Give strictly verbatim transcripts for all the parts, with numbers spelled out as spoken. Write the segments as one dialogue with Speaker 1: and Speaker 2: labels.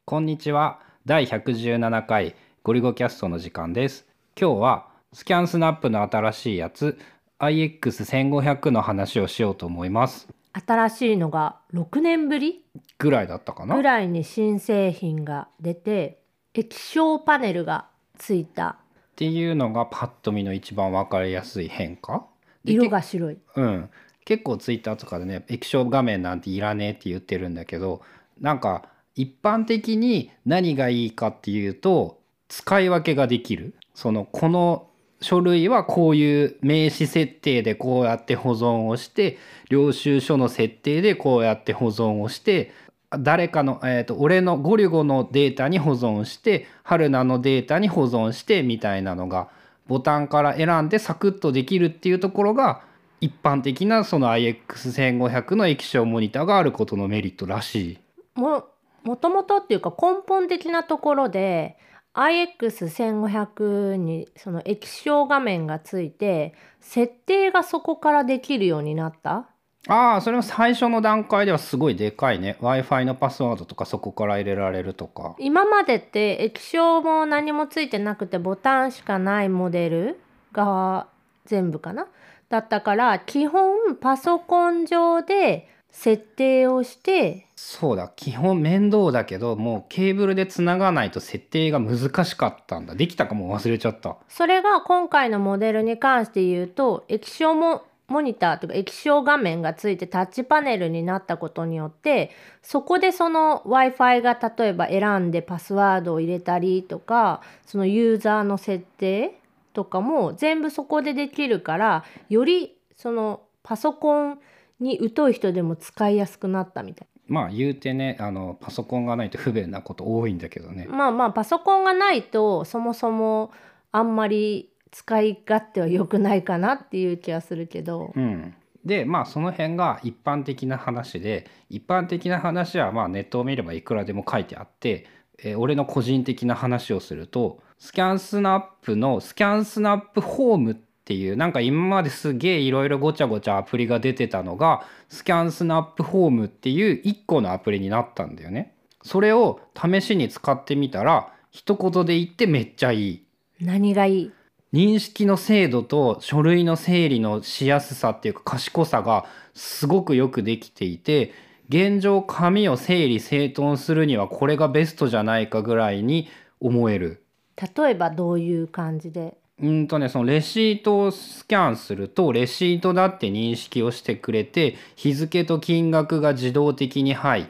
Speaker 1: こんにちは。だいひゃくじゅうななかいゴリゴキャストの時間です。今日はスキャンスナップの新しいやつ アイエックスせんごひゃく の話をしようと思います。
Speaker 2: 新しいのがろくねんぶり
Speaker 1: ぐらいだったかな
Speaker 2: ぐらいに新製品が出て、液晶パネルがついた。
Speaker 1: っていうのがパッと見の一番分かりやすい変化で、
Speaker 2: 色が白い。
Speaker 1: うん、結構ツイッターとかでね、液晶画面なんていらねえって言ってるんだけど、なんか一般的に何がいいかっていうと、使い分けができる。そのこの書類はこういう名詞設定でこうやって保存をして、領収書の設定でこうやって保存をして、誰かの、えーと、俺のゴリゴのデータに保存して、春菜のデータに保存してみたいなのがボタンから選んでサクッとできるっていうところが一般的なその アイエックスせんごひゃく の液晶モニターがあることのメリットらしい。
Speaker 2: ももともとっていうか根本的なところで アイエックスせんごひゃく にその液晶画面がついて、設定がそこからできるようになった。
Speaker 1: ああ、それは最初の段階ではすごいでかいね。 Wi-Fi のパスワードとかそこから入れられるとか。
Speaker 2: 今までって液晶も何もついてなくてボタンしかないモデルが全部かなだったから、基本パソコン上で設定をして。
Speaker 1: そうだ、基本面倒だけど、もうケーブルでつながないと設定が難しかったんだ。できたかも忘れちゃった。
Speaker 2: それが今回のモデルに関して言うと、液晶もモニターというか液晶画面がついてタッチパネルになったことによって、そこでその Wi-Fi が例えば選んでパスワードを入れたりとか、そのユーザーの設定とかも全部そこでできるから、よりそのパソコンに疎い人でも使いやすくなったみたい。
Speaker 1: まあ言うてね、あのパソコンがないと不便なこと多いんだけどね。
Speaker 2: まあまあパソコンがないとそもそもあんまり使い勝手は良くないかなっていう気はするけど、
Speaker 1: うん、でまあその辺が一般的な話で、一般的な話はまあネットを見ればいくらでも書いてあって、えー俺の個人的な話をすると、スキャンスナップのスキャンスナップホームっていう、なんか今まですげえいろいろごちゃごちゃアプリが出てたのが、スキャンスナップホームっていういっこのアプリになったんだよね。それを試しに使ってみたら、一言で言ってめっちゃいい。
Speaker 2: 何がいい？
Speaker 1: 認識の精度と書類の整理のしやすさっていうか賢さがすごくよくできていて、現状紙を整理整頓するにはこれがベストじゃないかぐらいに思える。
Speaker 2: 例えばどういう感じで？
Speaker 1: うんとね、そのレシートをスキャンするとレシートだって認識をしてくれて、日付と金額が自動的に入って、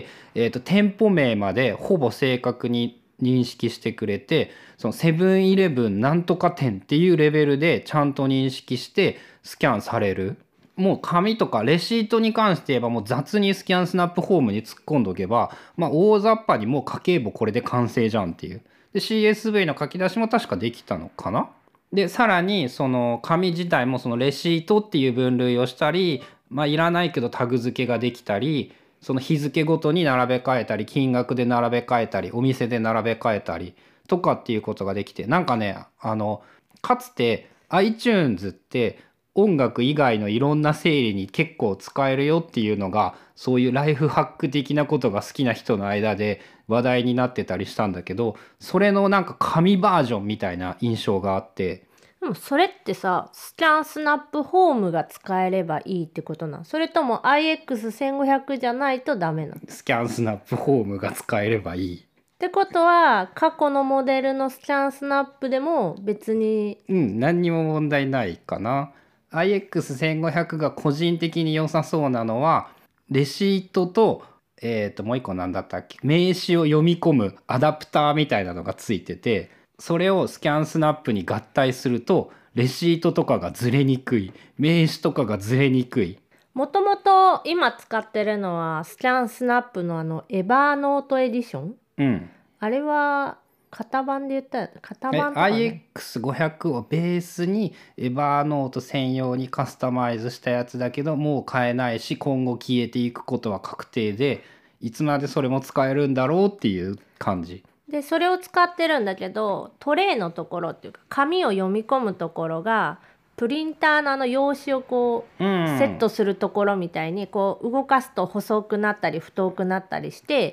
Speaker 1: えーと、店舗名までほぼ正確に認識してくれて、そのセブンイレブンなんとか店っていうレベルでちゃんと認識してスキャンされる。もう紙とかレシートに関して言えばもう雑にスキャンスナップホームに突っ込んどけば、まあ大雑把にもう家計簿これで完成じゃんっていう。で シーエスブイ の書き出しも確かできたのかな。でさらにその紙自体もそのレシートっていう分類をしたり、まあいらないけどタグ付けができたり、その日付ごとに並べ替えたり、金額で並べ替えたり、お店で並べ替えたりとかっていうことができて、なんかね、あのかつて iTunes って音楽以外のいろんな整理に結構使えるよっていうのが、そういうライフハック的なことが好きな人の間で話題になってたりしたんだけど、それのなんか紙バージョンみたいな印象があって。
Speaker 2: でもそれってさ、スキャンスナップホームが使えればいいってことなの？それとも アイエックスせんごひゃく じゃないとダメなの？
Speaker 1: スキャンスナップホームが使えればいい。
Speaker 2: ってことは過去のモデルのスキャンスナップでも別に。
Speaker 1: うん、何にも問題ないかな。アイエックスせんごひゃく が個人的に良さそうなのは、レシートと、えっと、もう一個なんだったっけ、名詞を読み込むアダプターみたいなのがついてて、それをスキャンスナップに合体すると、レシートとかがずれにくい、名詞とかがずれにくい。
Speaker 2: もともと今使ってるのはスキャンスナップのあのエバーノートエディション。
Speaker 1: うん。
Speaker 2: あれは型番で言ったら型
Speaker 1: え、
Speaker 2: 番とかね。
Speaker 1: アイエックスごひゃく をベースにエバーノート専用にカスタマイズしたやつだけど、もう買えないし今後消えていくことは確定で、いつまでそれも使えるんだろうっていう感じ
Speaker 2: でそれを使ってるんだけど、トレイのところっていうか紙を読み込むところがプリンターのあの用紙をこう
Speaker 1: うん
Speaker 2: セットするところみたいにこう動かすと細くなったり太くなったりして、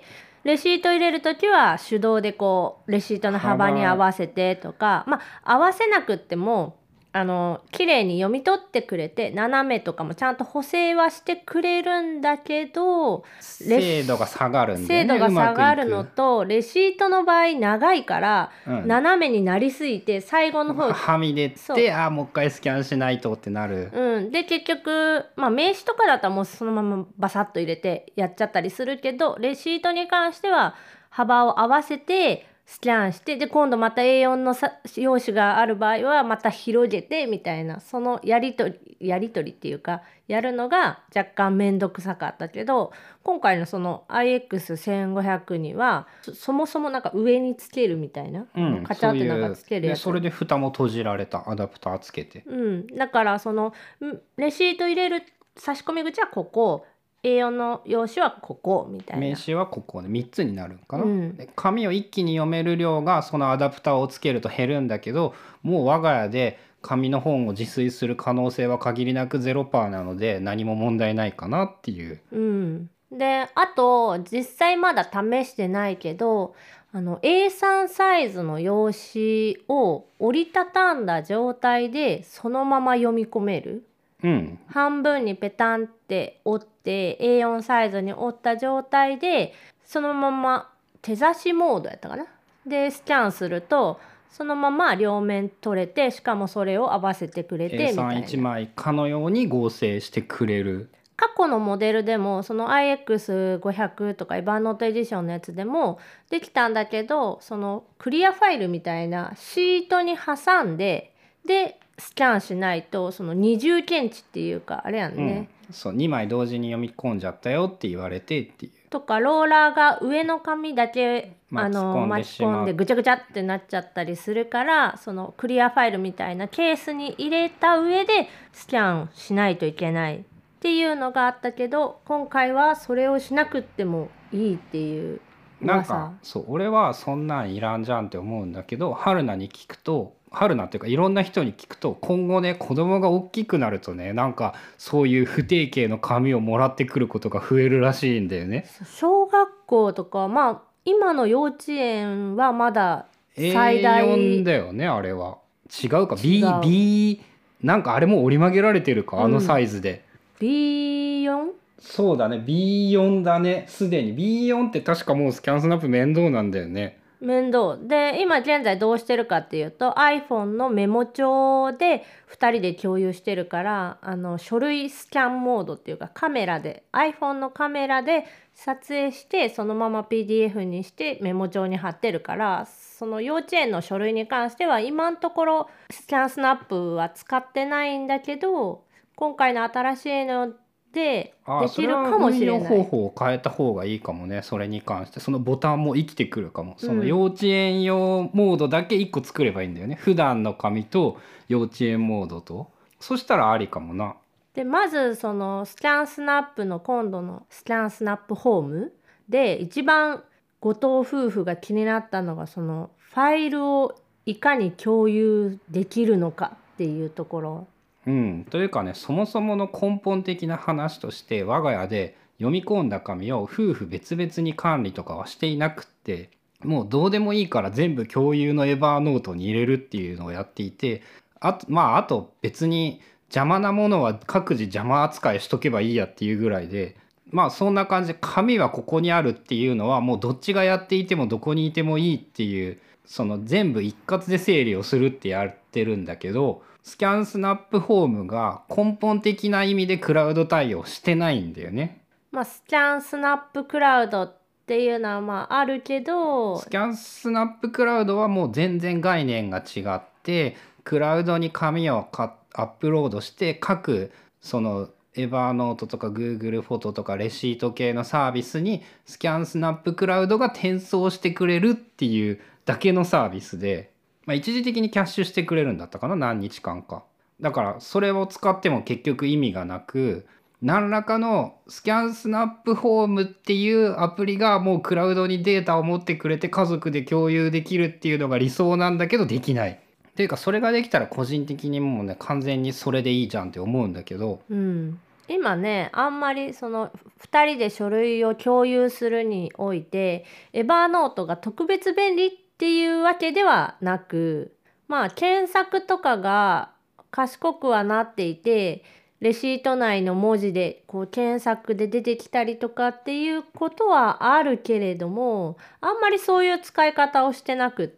Speaker 2: レシート入れるときは手動でこうレシートの幅に合わせてとか、まあ合わせなくってもあの綺麗に読み取ってくれて、斜めとかもちゃんと補正はしてくれるんだけど、
Speaker 1: 精度が下がるんだよね。
Speaker 2: 精度が下がる
Speaker 1: うまくいく
Speaker 2: のと、レシートの場合長いから、
Speaker 1: うん
Speaker 2: 斜めになりすぎて最後の方、
Speaker 1: はみ出
Speaker 2: そう
Speaker 1: て、あーもう一回スキャンしないとってなる。
Speaker 2: うん、で結局、まあ、名刺とかだったらもうそのままバサッと入れてやっちゃったりするけど、レシートに関しては幅を合わせてスキャンして、で今度また エーよん のさ用紙がある場合はまた広げてみたいな、そのやりとりやりとりっていうかやるのが若干めんどくさかったけど、今回のその アイエックスせんごひゃく にはそそもそもなんか上につけるみたいな、
Speaker 1: うん、
Speaker 2: カチャってなんかつけるやつ
Speaker 1: でそれで蓋も閉じられたアダプターつけて、
Speaker 2: うん、だからそのんレシート入れる差し込み口はここ、 エーよん の用紙はここみたいな。
Speaker 1: 名刺はここでみっつになるんかな、
Speaker 2: うん
Speaker 1: で紙を一気に読める量がそのアダプターをつけると減るんだけど、もう我が家で紙の本を自炊する可能性は限りなく ゼロパーセント なので何も問題ないかなっていう。
Speaker 2: うん、であと実際まだ試してないけど、あの エースリー サイズの用紙を折りたたんだ状態でそのまま読み込める。
Speaker 1: うん、
Speaker 2: 半分にペタンって折って エーよん サイズに折った状態でそのまま手差しモードやったかなでスキャンするとそのまま両面取れて、しかもそれを合わせてくれてみたい
Speaker 1: エースリーいち
Speaker 2: な。
Speaker 1: 枚かのように合成してくれる。
Speaker 2: 過去のモデルでもその アイエックスごひゃく とかエヴァンノートエディションのやつでもできたんだけど、そのクリアファイルみたいなシートに挟んででスキャンしないとその二重検知っていうかあれやんね、
Speaker 1: うん、そうにまい同時に読み込んじゃったよって言われてっていう。
Speaker 2: とかローラーが上の紙だけあの
Speaker 1: 巻き込んでしまう
Speaker 2: 巻き込んでぐちゃぐちゃってなっちゃったりするから、そのクリアファイルみたいなケースに入れた上でスキャンしないといけないっていうのがあったけど、今回はそれをしなくってもいいっていう
Speaker 1: なん
Speaker 2: 噂。
Speaker 1: かそう俺はそんなんいらんじゃんって思うんだけど、春菜に聞くと春菜っていうかいろんな人に聞くと、今後ね子供が大きくなるとね、なんかそういう不定形の紙をもらってくることが増えるらしいんだよね。
Speaker 2: 小学校とかまあ今の幼稚園はまだ最大
Speaker 1: エーよん だよねあれは。違うか
Speaker 2: 違
Speaker 1: B
Speaker 2: う
Speaker 1: B なんかあれも折り曲げられてるか、あのサイズで。
Speaker 2: ビーよん？
Speaker 1: そうだね ビーよん だね、すでに ビーよん って確かもうスキャンスナップ面倒なんだよね。
Speaker 2: 面倒で、今現在どうしてるかっていうと iPhone のメモ帳でふたりで共有してるから、あの書類スキャンモードっていうかカメラで iPhone のカメラで撮影してそのまま ピーディーエフ にしてメモ帳に貼ってるから、その幼稚園の書類に関しては今のところスキャンスナップは使ってないんだけど、今回の新しいのでできるかもしれない。
Speaker 1: それは運用方法を変えた方がいいかもね。それに関してそのボタンも生きてくるかも。その幼稚園用モードだけいっこ作ればいいんだよね、普段の紙と幼稚園モードと。そしたらありかもな。
Speaker 2: でまずそのスキャンスナップの今度のスキャンスナップホームで一番後藤夫婦が気になったのが、そのファイルをいかに共有できるのかっていうところ。
Speaker 1: うん、というかね、そもそもの根本的な話として、我が家で読み込んだ紙を夫婦別々に管理とかはしていなくって、もうどうでもいいから全部共有のエバーノートに入れるっていうのをやっていて、あとまああと別に邪魔なものは各自邪魔扱いしとけばいいやっていうぐらいで、まあそんな感じで紙はここにあるっていうのはもうどっちがやっていてもどこにいてもいいっていう、その全部一括で整理をするってやってるんだけど、スキャンスナップホームが根本的な意味でクラウド対応してないんだよね。
Speaker 2: まあスキャンスナップクラウドっていうのはまああるけど、
Speaker 1: スキャンスナップクラウドはもう全然概念が違って、クラウドに紙をアップロードして各そのエバーノートとか Google フォトとかレシート系のサービスにスキャンスナップクラウドが転送してくれるっていうだけのサービスで、まあ、一時的にキャッシュしてくれるんだったかな、何日間か。だからそれを使っても結局意味がなく、何らかのスキャンスナップホームっていうアプリがもうクラウドにデータを持ってくれて家族で共有できるっていうのが理想なんだけどできない。っていうかそれができたら個人的にもうね完全にそれでいいじゃんって思うんだけど、
Speaker 2: うん、 今ね、あんまりそのふたりで書類を共有するにおいて、エヴァーノートが特別便利っていうわけではなく、まあ検索とかが賢くはなっていて、レシート内の文字でこう検索で出てきたりとかっていうことはあるけれども、あんまりそういう使い方をしてなくって、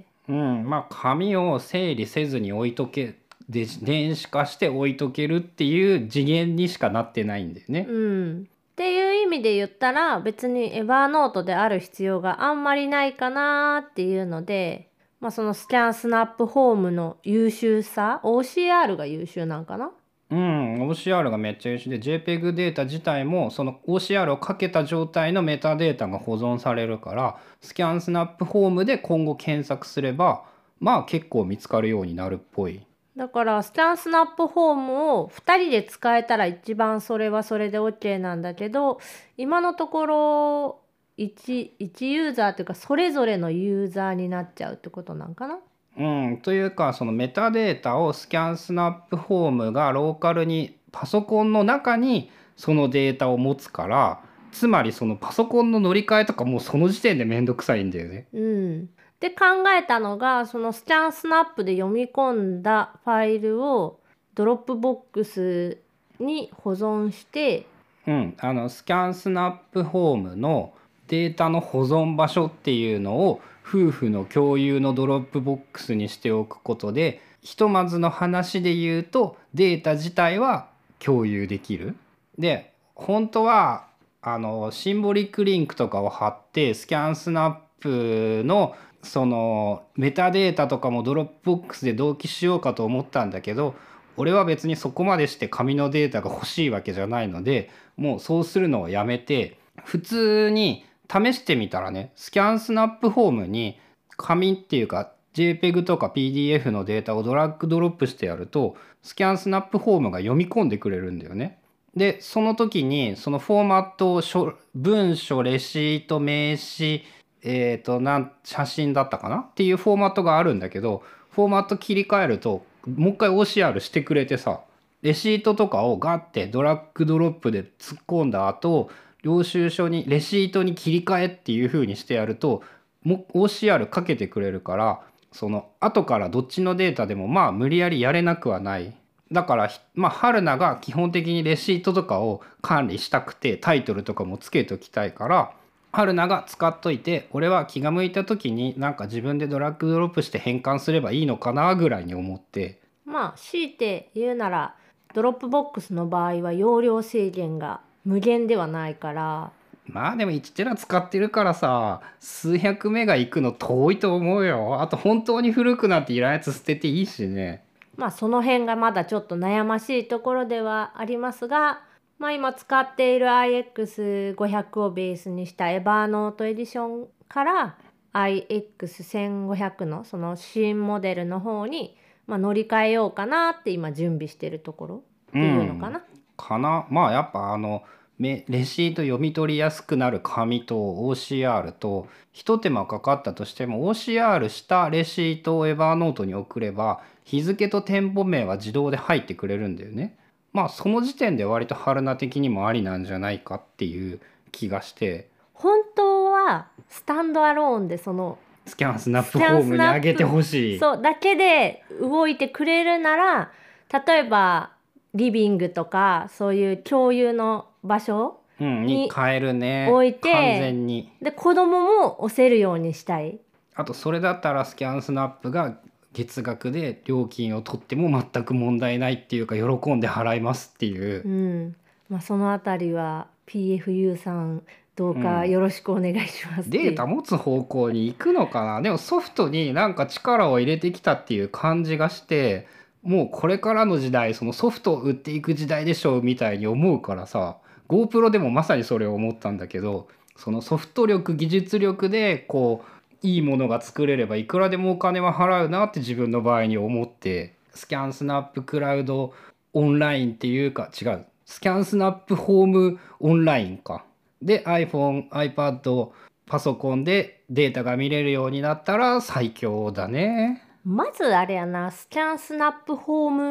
Speaker 1: うん、まあ紙を整理せずに置いとけで電子化して置いとけるっていう次元にしかなってないんだよね。
Speaker 2: うん。っていう意味で言ったら別にエヴァーノートである必要があんまりないかなっていうので、まあそのスキャンスナップホームの優秀さ、オーシーアール が優秀なんかな。
Speaker 1: うん、オーシーアール がめっちゃ優秀で JPEG データ自体もその オーシーアール をかけた状態のメタデータが保存されるからスキャンスナップホームで今後検索すればまあ結構見つかるようになるっぽい。
Speaker 2: だからスキャンスナップホームをふたりで使えたら一番それはそれで OK なんだけど、今のところ 1, 1ユーザーというかそれぞれのユーザーになっちゃうってことなんかな。
Speaker 1: うん、というかそのメタデータをスキャンスナップホームがローカルにパソコンの中にそのデータを持つからつまりそのパソコンの乗り換えとかもうその時点でめんどくさいんだよね。
Speaker 2: うん。で考えたのが、そのスキャンスナップで読み込んだファイルをドロップボックスに保存して、
Speaker 1: うん、あのスキャンスナップホームのデータの保存場所っていうのを夫婦の共有のドロップボックスにしておくことでひとまずの話で言うとデータ自体は共有できる。で本当はあのシンボリックリンクとかを貼ってスキャンスナップのそのメタデータとかもドロップボックスで同期しようかと思ったんだけど俺は別にそこまでして紙のデータが欲しいわけじゃないのでもうそうするのをやめて普通に試してみたらねスキャンスナップホームに紙っていうか JPEG とか ピーディーエフ のデータをドラッグドロップしてやるとスキャンスナップホームが読み込んでくれるんだよね。でその時にそのフォーマットを文書レシート名詞えーとなん写真だったかなっていうフォーマットがあるんだけどフォーマット切り替えるともう一回 オーシーアール してくれてさレシートとかをガッてドラッグドロップで突っ込んだ後領収書にレシートに切り替えっていう風にしてやるとも オーシーアール かけてくれるからその後からどっちのデータでもまあ無理やりやれなくはない。だからまあ春菜が基本的にレシートとかを管理したくてタイトルとかもつけときたいから春菜が使っといて俺は気が向いた時になんか自分でドラッグドロップして変換すればいいのかなぐらいに思って。
Speaker 2: まあ強いて言うならドロップボックスの場合は容量制限が無限ではないから、
Speaker 1: まあでもいちテラ使ってるからさ数百メガいくの遠いと思うよ。あと本当に古くなっていらんやつ捨てていいしね。
Speaker 2: まあその辺がまだちょっと悩ましいところではありますが、まあ今使っている アイエックスごひゃく をベースにしたエバーノートエディションから アイエックスせんごひゃく のその新モデルの方に、まあ、乗り換えようかなって今準備してるところっていうのかな。
Speaker 1: かな。まあやっぱあのレシート読み取りやすくなる紙と オーシーアール と一手間かかったとしても オーシーアール したレシートをエバーノートに送れば日付と店舗名は自動で入ってくれるんだよね。まあその時点で割と春菜的にもありなんじゃないかっていう気がして、
Speaker 2: 本当はスタンドアローンでその
Speaker 1: スキャンスナップホームに上げてほしい。
Speaker 2: そうだけで動いてくれるなら、例えばリビングとかそういう共有の場所
Speaker 1: うんに変えるね。
Speaker 2: 置いて
Speaker 1: 完全に。
Speaker 2: で子供も押せるようにしたい。
Speaker 1: あとそれだったらスキャンスナップが月額で料金を取っても全く問題ないっていうか喜んで払いますっていう、
Speaker 2: うんまあ、そのあたりは ピーエフユー さんどうかよろしくお願いしますっていう、
Speaker 1: データ持つ方向に行くのかな。でもソフトになんか力を入れてきたっていう感じがしてもうこれからの時代そのソフトを売っていく時代でしょうみたいに思うからさ GoPro でもまさにそれを思ったんだけどそのソフト力技術力でこういいものが作れればいくらでもお金は払うなって自分の場合に思ってスキャンスナップクラウドオンラインっていうか違うスキャンスナップホームオンラインかで iPhone、iPad、パソコンでデータが見れるようになったら最強だね。
Speaker 2: まずあれやな、スキャンスナップホーム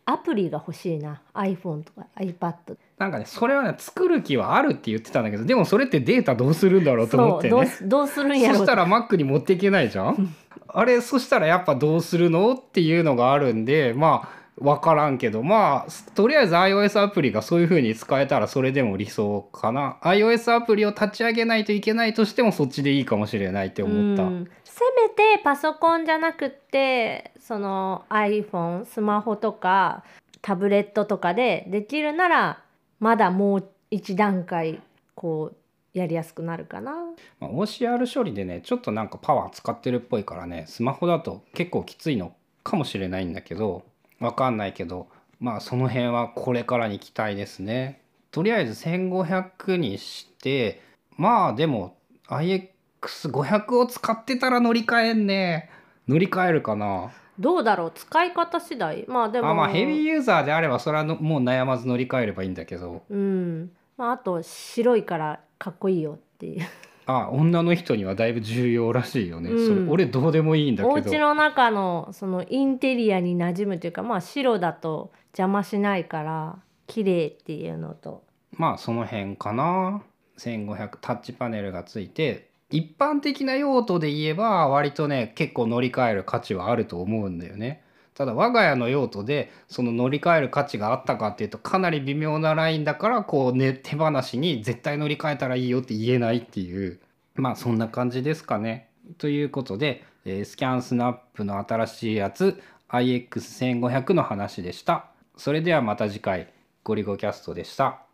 Speaker 2: アプリが欲しいな。 iPhone とか iPad。
Speaker 1: なんかねそれはね作る気はあるって言ってたんだけど、でもそれってデータどうするんだろうと思ってね。
Speaker 2: そうどうすどうするんやろう
Speaker 1: そしたら Mac に持っていけないじゃんあれそしたらやっぱどうするのっていうのがあるんで、まあ分からんけど、まあとりあえず iOS アプリがそういう風に使えたらそれでも理想かな。 iOS アプリを立ち上げないといけないとしてもそっちでいいかもしれないって思った。
Speaker 2: うん、せめてパソコンじゃなくってその iPhone スマホとかタブレットとかでできるならまだもう一段階こうやりやすくなるかな。
Speaker 1: まあ、オーシーアール 処理でねちょっとなんかパワー使ってるっぽいからね、スマホだと結構きついのかもしれないんだけど、わかんないけど、まあその辺はこれからに期待ですね。とりあえずせんごひゃくにして、まあでも アイエックスごひゃく を使ってたら乗り換えんね。乗り換えるかな。
Speaker 2: どうだろう、使い方次第。まあでも
Speaker 1: あまあヘビーユーザーであればそれはのもう悩まず乗り換えればいいんだけど、
Speaker 2: うんまああと白いからかっこいいよっていう
Speaker 1: あ女の人にはだいぶ重要らしいよね、
Speaker 2: うん
Speaker 1: それ俺どうでもいいんだけど。
Speaker 2: お家の中のそのインテリアに馴染むというか、まあ白だと邪魔しないから綺麗っていうのと、
Speaker 1: まあその辺かな。せんごひゃくタッチパネルがついて、一般的な用途で言えば割とね結構乗り換える価値はあると思うんだよね。ただ我が家の用途でその乗り換える価値があったかっていうとかなり微妙なラインだから、こうね手放しに絶対乗り換えたらいいよって言えないっていう、まあそんな感じですかね。ということで、えースキャンスナップの新しいやつ アイエックスせんごひゃく の話でした。それではまた次回。ゴリゴキャストでした。